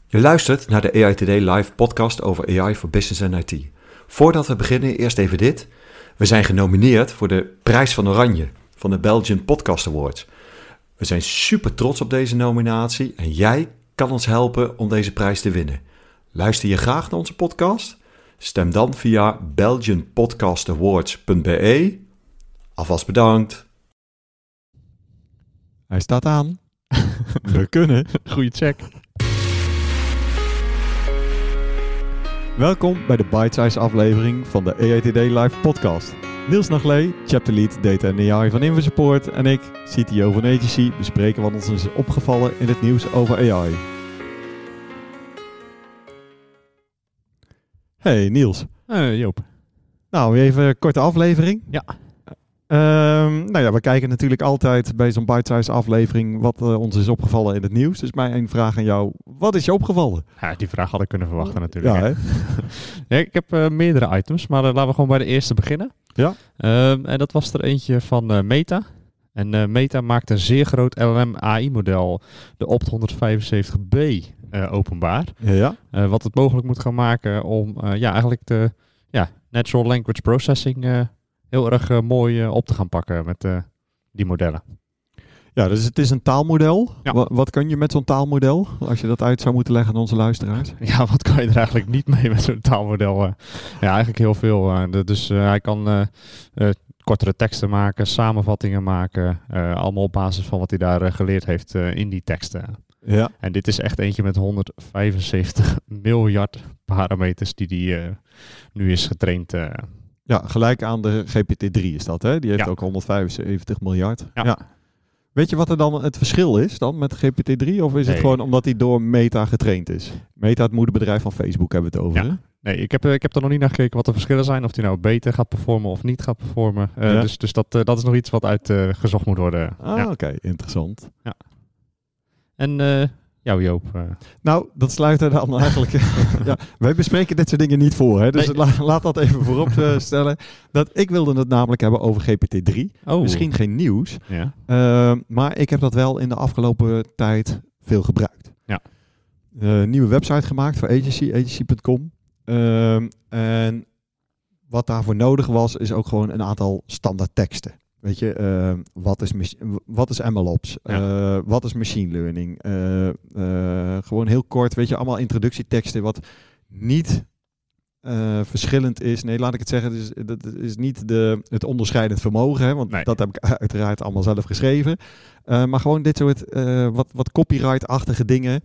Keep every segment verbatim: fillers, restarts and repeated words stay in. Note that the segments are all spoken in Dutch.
Je luistert naar de A I Today live podcast over A I voor Business en I T. Voordat we beginnen, eerst even dit. We zijn genomineerd voor de Prijs van Oranje van de Belgian Podcast Awards. We zijn super trots op deze nominatie en jij kan ons helpen om deze prijs te winnen. Luister je graag naar onze podcast? Stem dan via belgian podcast awards punt b e. Alvast bedankt. Hij staat aan. We kunnen. Goeie check. Welkom bij de bite-size aflevering van de A I Today live podcast. Niels Naglee, Chapter Lead Data en A I van InfoSupport en ik, C T O van Agency, bespreken wat ons is opgevallen in het nieuws over A I. Hey Niels. Uh, Joop. Nou, weer even een korte aflevering. Ja. Um, nou ja, we kijken natuurlijk altijd bij zo'n bite-size aflevering wat uh, ons is opgevallen in het nieuws. Dus mijn één vraag aan jou, wat is je opgevallen? Ja, die vraag had ik kunnen verwachten natuurlijk. Ja, hè? Ja, ik heb uh, meerdere items, maar uh, laten we gewoon bij de eerste beginnen. Ja. Um, en dat was er eentje van uh, Meta. En uh, Meta maakt een zeer groot L L M A I-model, de O P T honderdvijfenzeventig B, uh, openbaar. Ja, ja. Uh, wat het mogelijk moet gaan maken om uh, ja, eigenlijk de ja, natural language processing uh, heel erg uh, mooi uh, op te gaan pakken met uh, die modellen. Ja, dus het is een taalmodel. Ja. Wat, wat kan je met zo'n taalmodel? Als je dat uit zou moeten leggen aan onze luisteraars. Ja, wat kan je er eigenlijk niet mee met zo'n taalmodel? Uh, ja, eigenlijk heel veel. Uh, de, dus uh, hij kan uh, uh, kortere teksten maken, samenvattingen maken. Uh, allemaal op basis van wat hij daar uh, geleerd heeft uh, in die teksten. Ja. En dit is echt eentje met honderdvijfenzeventig miljard parameters die die uh, nu is getraind. Uh. Ja, gelijk aan de G P T drie is dat, hè? Die heeft Ja. ook honderdvijfenzeventig miljard. Ja. Ja. Weet je wat er dan het verschil is dan met G P T drie? Of is Nee. het gewoon omdat hij door Meta getraind is? Meta, het moederbedrijf van Facebook, hebben we het over. Ja. Hè? Nee, ik heb, uh, ik heb er nog niet naar gekeken wat de verschillen zijn. Of die nou beter gaat performen of niet gaat performen. Uh, Ja. Dus, dus dat, uh, dat is nog iets wat uitgezocht uh, gezocht moet worden. Ah, Ja. oké. Okay. Interessant. En uh, jou Joop. Uh, Nou, dat sluit er dan eigenlijk... ja, wij bespreken dit soort dingen niet voor, hè? Dus Nee. la, laat dat even voorop uh, stellen. Dat, ik wilde het namelijk hebben over G P T drie. oh. Misschien geen nieuws. Ja. Uh, maar ik heb dat wel in de afgelopen tijd veel gebruikt. Ja. Uh, nieuwe website gemaakt voor Agency, agency punt com. Uh, en wat daarvoor nodig was, is ook gewoon een aantal standaard teksten. Weet je, uh, wat is, mach- wat is M L Ops? Ja. Uh, wat is machine learning? Uh, uh, gewoon heel kort, weet je, allemaal introductieteksten wat niet uh, verschillend is. Nee, laat ik het zeggen, dus, dat is niet de, het onderscheidend vermogen, hè, want Nee. dat heb ik uiteraard allemaal zelf geschreven. Uh, maar gewoon dit soort uh, wat, wat copyright-achtige dingen.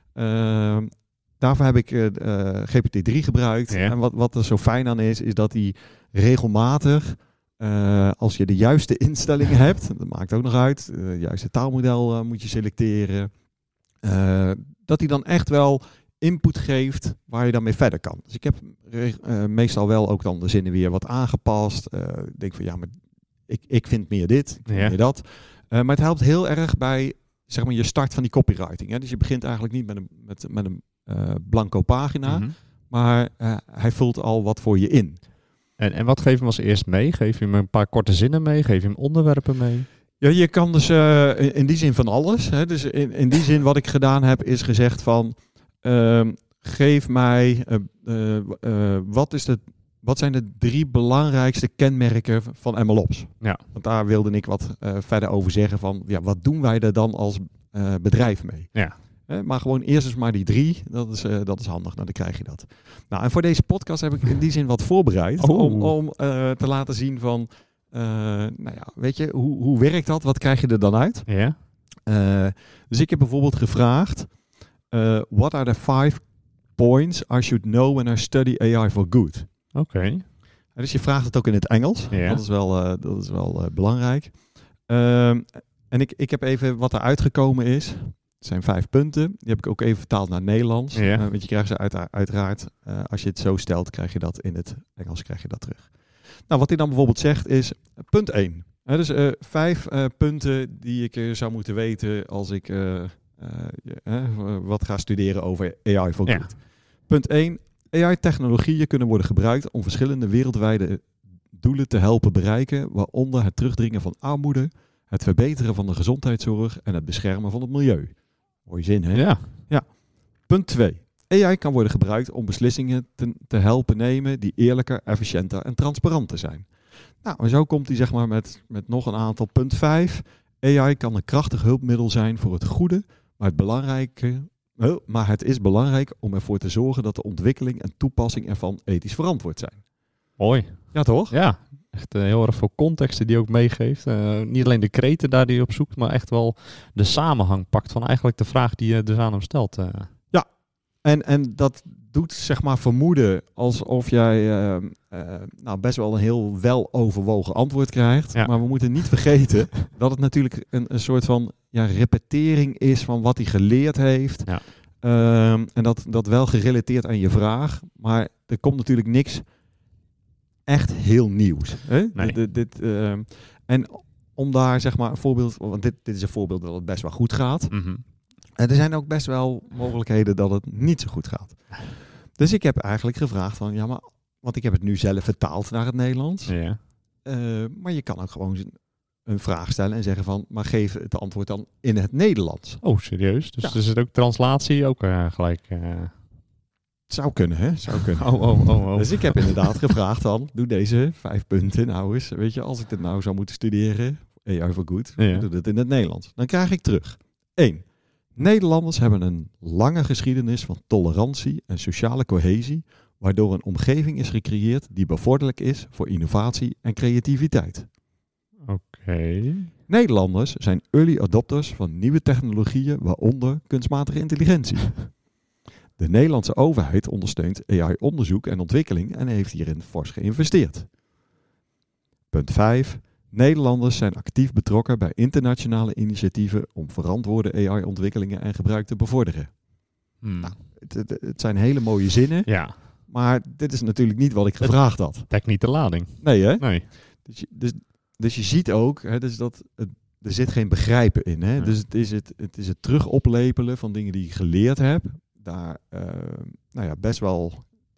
Uh, daarvoor heb ik uh, uh, G P T drie gebruikt. Ja. En wat, wat er zo fijn aan is, is dat die regelmatig... Uh, als je de juiste instellingen hebt, dat maakt ook nog uit, het uh, juiste taalmodel uh, moet je selecteren, uh, dat hij dan echt wel input geeft waar je dan mee verder kan. Dus ik heb re- uh, meestal wel ook dan de zinnen weer wat aangepast. Uh, ik denk van ja, maar ik, ik vind meer dit, ik vind Ja. meer dat. Uh, maar het helpt heel erg bij zeg maar, je start van die copywriting. Hè? Dus je begint eigenlijk niet met een, met, met een uh, blanco pagina, Mm-hmm. maar uh, hij vult al wat voor je in. En, en wat geef je hem als eerst mee? Geef je hem een paar korte zinnen mee? Geef je hem onderwerpen mee? Ja, je kan dus uh, in, in die zin van alles. Hè. Dus in, in die zin wat ik gedaan heb is gezegd van... Uh, geef mij... Uh, uh, uh, wat, is de, wat zijn de drie belangrijkste kenmerken van M L Ops? Ja. Want daar wilde ik wat uh, verder over zeggen van... Ja, wat doen wij er dan als uh, bedrijf mee? Ja. Uh, maar gewoon eerst eens maar die drie. Dat is, uh, dat is handig. Nou, dan krijg je dat. Nou, en voor deze podcast heb ik in die zin wat voorbereid. Oh. Om, om uh, te laten zien van... Uh, nou ja, weet je, hoe, hoe werkt dat? Wat krijg je er dan uit? Ja? Uh, dus ik heb bijvoorbeeld gevraagd... Uh, what are the five points I should know when I study A I for good? Oké. Okay. Uh, dus je vraagt het ook in het Engels. Ja. Dat is wel, uh, dat is wel uh, belangrijk. Uh, en ik, ik heb even wat er uitgekomen is. Het zijn vijf punten. Die heb ik ook even vertaald naar Nederlands. Ja. Uh, want je krijgt ze uit, uiteraard... Uh, als je het zo stelt, krijg je dat in het Engels krijg je dat terug. Nou, wat hij dan bijvoorbeeld zegt is... Punt één. Uh, dus uh, vijf uh, punten die ik uh, zou moeten weten... als ik uh, uh, uh, wat ga studeren over A I for Ja. good. Punt één. A I-technologieën kunnen worden gebruikt... om verschillende wereldwijde doelen te helpen bereiken... waaronder het terugdringen van armoede... het verbeteren van de gezondheidszorg... en het beschermen van het milieu. Mooie zin, hè? Ja. Ja. Punt twee. A I kan worden gebruikt om beslissingen te, te helpen nemen die eerlijker, efficiënter en transparanter zijn. Nou, en zo komt hij zeg maar met, met nog een aantal. Punt vijf. A I kan een krachtig hulpmiddel zijn voor het goede, maar het, belangrijke, maar het is belangrijk om ervoor te zorgen dat de ontwikkeling en toepassing ervan ethisch verantwoord zijn. Mooi. Ja, toch? Ja, echt uh, heel erg veel contexten die ook meegeeft. Uh, niet alleen de kreten daar die je op zoekt, maar echt wel de samenhang pakt van eigenlijk de vraag die je dus aan hem stelt. Uh. Ja, en, en dat doet zeg maar vermoeden alsof jij uh, uh, nou best wel een heel weloverwogen antwoord krijgt. Ja. Maar we moeten niet vergeten dat het natuurlijk een, een soort van ja, repetering is van wat hij geleerd heeft. Ja. Um, en dat, dat wel gerelateerd aan je vraag. Maar er komt natuurlijk niks echt heel nieuws. Hè? Nee. Dit, dit, uh, en om daar zeg maar een voorbeeld, want dit, dit is een voorbeeld dat het best wel goed gaat. Mm-hmm. En er zijn ook best wel mogelijkheden dat het niet zo goed gaat. Dus ik heb eigenlijk gevraagd van, ja maar, want ik heb het nu zelf vertaald naar het Nederlands. Ja. Uh, maar je kan ook gewoon een vraag stellen en zeggen van, maar geef het antwoord dan in het Nederlands. Oh, serieus? Dus ja. is het ook translatie ook uh, gelijk? Uh... Het zou kunnen, hè? Zou kunnen. Oh, oh, oh, oh. Dus ik heb inderdaad gevraagd dan, doe deze vijf punten nou eens. Weet je, als ik dit nou zou moeten studeren, A I for Good, ja. doe dit in het Nederlands. Dan krijg ik terug. één. Nederlanders hebben een lange geschiedenis van tolerantie en sociale cohesie, waardoor een omgeving is gecreëerd die bevorderlijk is voor innovatie en creativiteit. Oké. Okay. Nederlanders zijn early adopters van nieuwe technologieën, waaronder kunstmatige intelligentie. De Nederlandse overheid ondersteunt A I-onderzoek en ontwikkeling en heeft hierin fors geïnvesteerd. Punt vijf. Nederlanders zijn actief betrokken bij internationale initiatieven om verantwoorde A I-ontwikkelingen en gebruik te bevorderen. Hmm. Nou, het, het, het zijn hele mooie zinnen, ja. Maar dit is natuurlijk niet wat ik gevraagd had. Het dekt niet de lading. Nee, hè? Nee. Dus je, dus, dus je ziet ook, hè, dus dat het, er zit geen begrijpen in. Hè? Ja. Dus het is het, het is het terugoplepelen van dingen die je geleerd hebt. Daar, uh, nou ja, best wel...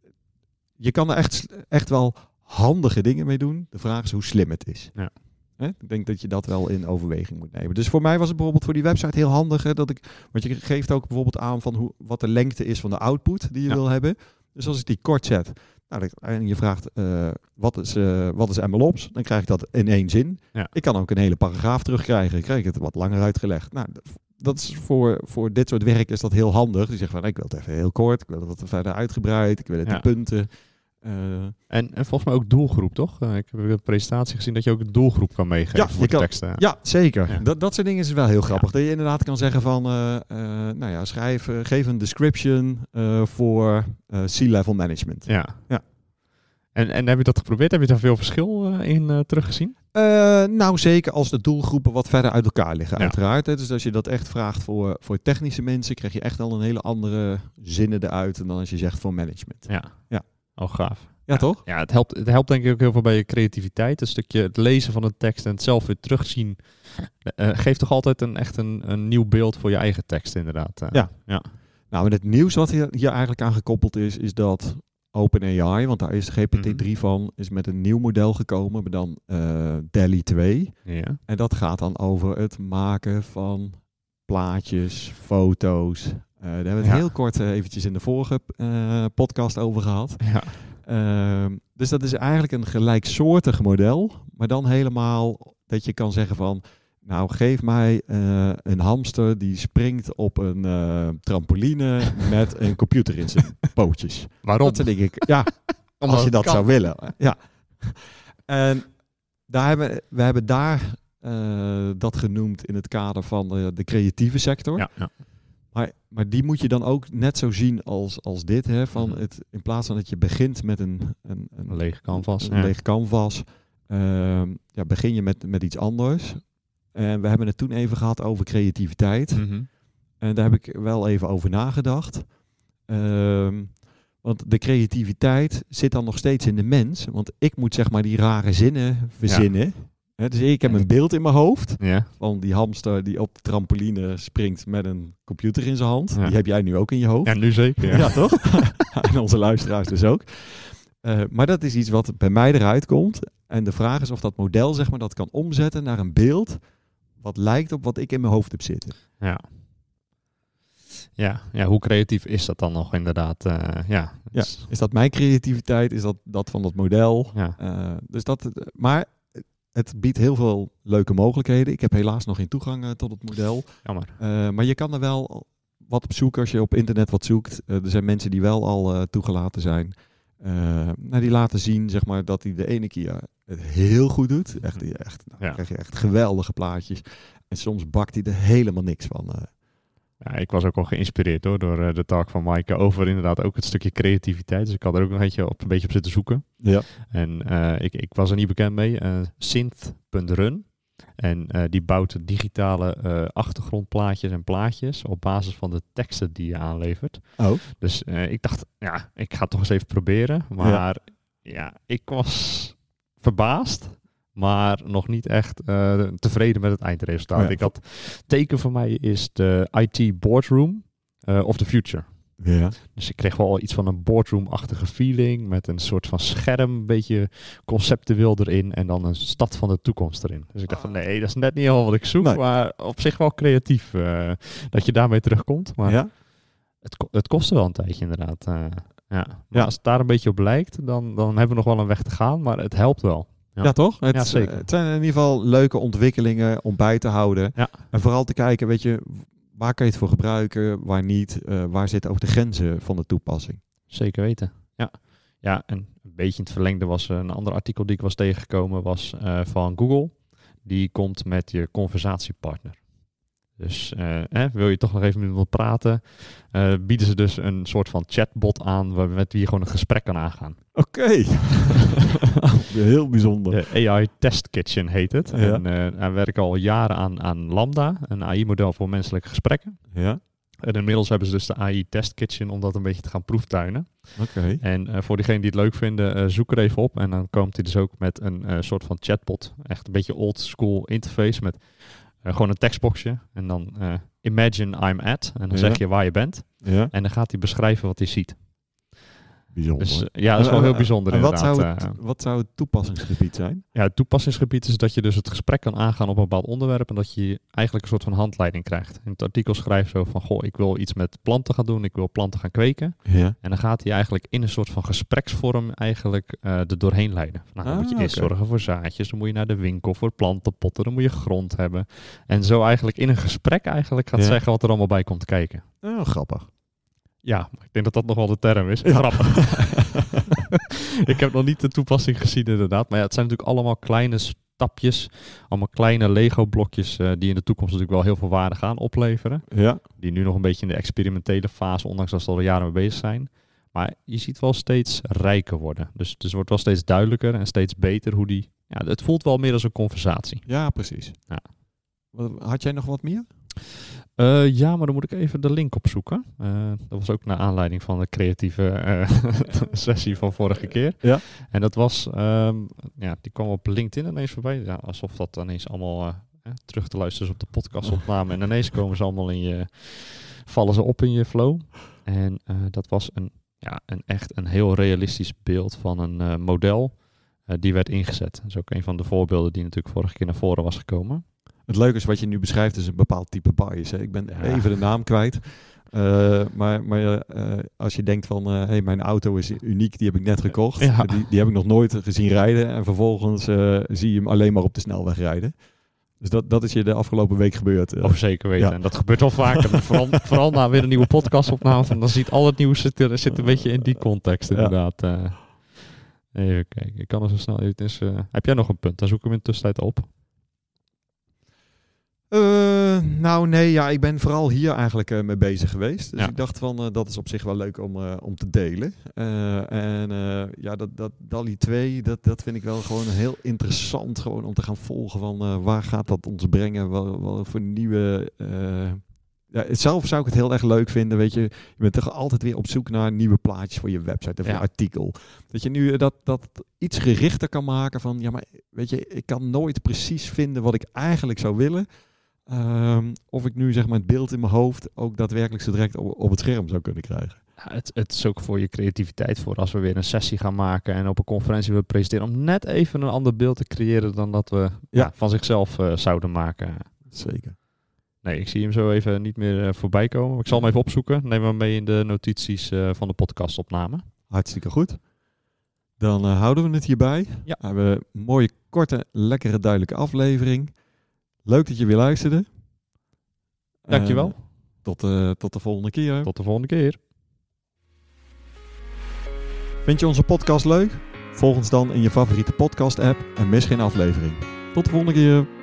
Je kan er echt, echt wel handige dingen mee doen. De vraag is hoe slim het is. Ja. Hè? Ik denk dat je dat wel in overweging moet nemen. Dus voor mij was het bijvoorbeeld voor die website heel handig. Hè, dat ik, want je geeft ook bijvoorbeeld aan van hoe, wat de lengte is van de output die je ja. wil hebben. Dus als ik die kort zet... Nou, en je vraagt uh, wat is, uh, wat is M L Ops, dan krijg ik dat in één zin. Ja. Ik kan ook een hele paragraaf terugkrijgen. Ik krijg het wat langer uitgelegd. Nou, dat is voor, voor dit soort werk is dat heel handig. Die zegt van, ik wil het even heel kort, ik wil het wat verder uitgebreid, ik wil het ja. in punten. Uh, en, en volgens mij ook doelgroep, toch? Uh, ik heb een presentatie gezien dat je ook een doelgroep kan meegeven ja, voor de kan, teksten. Ja, zeker. Ja. Dat, dat soort dingen is wel heel grappig. Ja. Dat je inderdaad kan zeggen van, uh, uh, nou ja, schrijf, uh, geef een description uh, voor uh, C-level management. Ja. ja. En, en heb je dat geprobeerd? Heb je daar veel verschil uh, in uh, teruggezien? Uh, nou, zeker als de doelgroepen wat verder uit elkaar liggen, ja. uiteraard. Hè. Dus als je dat echt vraagt voor, voor technische mensen, krijg je echt al een hele andere zinnen eruit dan als je zegt voor management. Ja. ja. Oh, gaaf. Ja, ja, toch? Ja, het helpt, het helpt denk ik ook heel veel bij je creativiteit. Een stukje het lezen van een tekst en het zelf weer terugzien. Uh, geeft toch altijd een, echt een, een nieuw beeld voor je eigen tekst, inderdaad. Uh, ja. ja. Nou, en het nieuws wat hier, hier eigenlijk aan gekoppeld is, is dat OpenAI, want daar is G P T drie mm-hmm. van, is met een nieuw model gekomen, maar dan uh, DALL-E twee. Ja. En dat gaat dan over het maken van plaatjes, foto's. Uh, daar hebben we het ja. heel kort uh, eventjes in de vorige uh, podcast over gehad. Ja. Uh, dus dat is eigenlijk een gelijksoortig model, maar dan helemaal dat je kan zeggen van, nou geef mij uh, een hamster die springt op een uh, trampoline met een computer in zijn pootjes. Waarom? Dat denk ik, ja, als je dat kan. zou willen. Ja. En daar hebben, we hebben daar uh, dat genoemd in het kader van uh, de creatieve sector. Ja, ja. Maar, maar die moet je dan ook net zo zien als, als dit. Hè, van het, in plaats van dat je begint met een, een, een, een lege canvas. Een ja. lege canvas. Uh, ja, begin je met, met iets anders. En we hebben het toen even gehad over creativiteit. Mm-hmm. En daar heb ik wel even over nagedacht. Uh, want de creativiteit zit dan nog steeds in de mens. Want ik moet zeg maar die rare zinnen verzinnen. Ja. He, dus ik heb een beeld in mijn hoofd ja. van die hamster die op de trampoline springt met een computer in zijn hand. Ja. Die heb jij nu ook in je hoofd. Ja, nu zeker. Ja, ja toch? En onze luisteraars dus ook. Uh, maar dat is iets wat bij mij eruit komt. En de vraag is of dat model zeg maar dat kan omzetten naar een beeld wat lijkt op wat ik in mijn hoofd heb zitten. Ja. Ja, ja, hoe creatief is dat dan nog inderdaad? Uh, ja, ja, is dat mijn creativiteit? Is dat dat van dat model? Ja. Uh, dus dat, maar het biedt heel veel leuke mogelijkheden. Ik heb helaas nog geen toegang uh, tot het model. Jammer. Uh, maar je kan er wel wat op zoeken als je op internet wat zoekt. Uh, er zijn mensen die wel al uh, toegelaten zijn. Uh, nou, die laten zien zeg maar, dat hij de ene keer het heel goed doet. Echt, echt, nou, ja. krijg je echt geweldige plaatjes. En soms bakt hij er helemaal niks van. Uh. Ja, ik was ook al geïnspireerd hoor, door uh, de talk van Maaike over inderdaad ook het stukje creativiteit. Dus ik had er ook nog een beetje op, een beetje op zitten zoeken. Ja. En uh, ik, ik was er niet bekend mee. Uh, synth punt run. En uh, die bouwt digitale uh, achtergrondplaatjes en plaatjes op basis van de teksten die je aanlevert. Oh. Dus uh, ik dacht, ja, ik ga het toch eens even proberen. Maar ja, ja ik was verbaasd. Maar nog niet echt uh, tevreden met het eindresultaat. Ja. Ik had teken voor mij is de I T boardroom uh, of the future. Ja. Dus ik kreeg wel iets van een boardroom-achtige feeling. Met een soort van scherm, een beetje conceptueel erin. En dan een stad van de toekomst erin. Dus ik dacht van nee, dat is net niet helemaal wat ik zoek. Nee. Maar op zich wel creatief uh, dat je daarmee terugkomt. Maar ja? het, het kostte wel een tijdje inderdaad. Uh, ja. Maar ja. als het daar een beetje op lijkt, dan, dan hebben we nog wel een weg te gaan. Maar het helpt wel. Ja, ja toch? Het, ja, zeker. Het zijn in ieder geval leuke ontwikkelingen om bij te houden. Ja. En vooral te kijken, weet je, waar kan je het voor gebruiken, waar niet? Uh, waar zitten ook de grenzen van de toepassing? Zeker weten, ja. Ja, en een beetje in het verlengde was een ander artikel die ik was tegengekomen, was uh, van Google. Die komt met je conversatiepartner. Dus uh, eh, wil je toch nog even met iemand praten, uh, bieden ze dus een soort van chatbot aan met wie je gewoon een gesprek kan aangaan. Oké. Okay. Heel bijzonder. De A I Test Kitchen heet het. Ja. En uh, wij werken al jaren aan, aan Lambda, een A I-model voor menselijke gesprekken. Ja. En inmiddels hebben ze dus de A I Test Kitchen om dat een beetje te gaan proeftuinen. Oké. Okay. En uh, voor diegenen die het leuk vinden, uh, zoek er even op. En dan komt hij dus ook met een uh, soort van chatbot. Echt een beetje old school interface met uh, gewoon een tekstboxje. En dan uh, imagine I'm at. En dan ja. zeg je waar je bent. Ja. En dan gaat hij beschrijven wat hij ziet. Bijzonder. Dus, uh, ja, dat is wel heel bijzonder en inderdaad. Wat zou, het, uh, wat zou het toepassingsgebied zijn? Ja, het toepassingsgebied is dat je dus het gesprek kan aangaan op een bepaald onderwerp en dat je eigenlijk een soort van handleiding krijgt. In het artikel schrijft zo van, goh, ik wil iets met planten gaan doen, ik wil planten gaan kweken. Ja. En dan gaat hij eigenlijk in een soort van gespreksvorm eigenlijk uh, er doorheen leiden. Nou, dan ah, moet je eerst okay. zorgen voor zaadjes, dan moet je naar de winkel voor plantenpotten, dan moet je grond hebben. En zo eigenlijk in een gesprek eigenlijk gaat ja. zeggen wat er allemaal bij komt kijken. Oh, grappig. Ja, ik denk dat dat nog wel de term is. Ja. Grappig. Ik heb nog niet de toepassing gezien inderdaad. Maar ja, het zijn natuurlijk allemaal kleine stapjes. Allemaal kleine Lego-blokjes uh, die in de toekomst natuurlijk wel heel veel waarde gaan opleveren. Ja. Die nu nog een beetje in de experimentele fase, ondanks dat ze al jaren mee bezig zijn. Maar je ziet wel steeds rijker worden. Dus, dus het wordt wel steeds duidelijker en steeds beter hoe die... Ja, het voelt wel meer als een conversatie. Ja, precies. Ja. Had jij nog wat meer? Uh, ja, maar dan moet ik even de link opzoeken. Uh, dat was ook naar aanleiding van de creatieve uh, sessie van vorige keer. Ja. En dat was, um, ja, die kwam op LinkedIn ineens voorbij. Ja, alsof dat ineens allemaal uh, eh, terug te luisteren is op de podcastopname. En ineens komen ze allemaal in je, vallen ze op in je flow. En uh, dat was een, ja, een echt een heel realistisch beeld van een uh, model uh, die werd ingezet. Dat is ook een van de voorbeelden die natuurlijk vorige keer naar voren was gekomen. Het leuke is wat je nu beschrijft is een bepaald type bias. Hè. Ik ben ja. even de naam kwijt. Uh, maar maar uh, als je denkt van, uh, hey, mijn auto is uniek, die heb ik net gekocht. Ja. Die, die heb ik nog nooit gezien rijden. En vervolgens uh, zie je hem alleen maar op de snelweg rijden. Dus dat, dat is je de afgelopen week gebeurd. Uh. Of zeker weten. Ja. En dat gebeurt wel vaker. vooral, vooral na weer een nieuwe podcastopname. Van, dan ziet al het nieuws zit, zit een beetje in die context inderdaad. Ja. Uh, even kijken. Ik kan er zo snel even... Dus, uh, heb jij nog een punt? Dan zoek ik hem in de tussentijd op. Uh, nou nee, ja, ik ben vooral hier eigenlijk uh, mee bezig geweest. Dus ja. ik dacht van, uh, dat is op zich wel leuk om, uh, om te delen. Uh, en uh, ja, dat, dat DALL-E twee, dat, dat vind ik wel gewoon heel interessant gewoon om te gaan volgen van uh, waar gaat dat ons brengen? Wat, wat voor nieuwe... Uh, ja, zelf zou ik het heel erg leuk vinden, weet je. Je bent toch altijd weer op zoek naar nieuwe plaatjes voor je website of ja. je artikel. Dat je nu dat, dat iets gerichter kan maken van, ja, maar weet je, ik kan nooit precies vinden wat ik eigenlijk zou willen. Um, of ik nu zeg maar het beeld in mijn hoofd ook daadwerkelijk zo direct op, op het scherm zou kunnen krijgen. Ja, het, het is ook voor je creativiteit, voor als we weer een sessie gaan maken en op een conferentie willen presenteren, om net even een ander beeld te creëren dan dat we ja. Ja, van zichzelf uh, zouden maken. Zeker. Nee, ik zie hem zo even niet meer uh, voorbij komen. Ik zal hem even opzoeken. Neem hem mee in de notities uh, van de podcastopname. Hartstikke goed. Dan uh, houden we het hierbij. Ja. We hebben een mooie, korte, lekkere, duidelijke aflevering. Leuk dat je weer luisterde. Dankjewel. Uh, tot, uh, tot de volgende keer. Tot de volgende keer. Vind je onze podcast leuk? Volg ons dan in je favoriete podcast app en mis geen aflevering. Tot de volgende keer.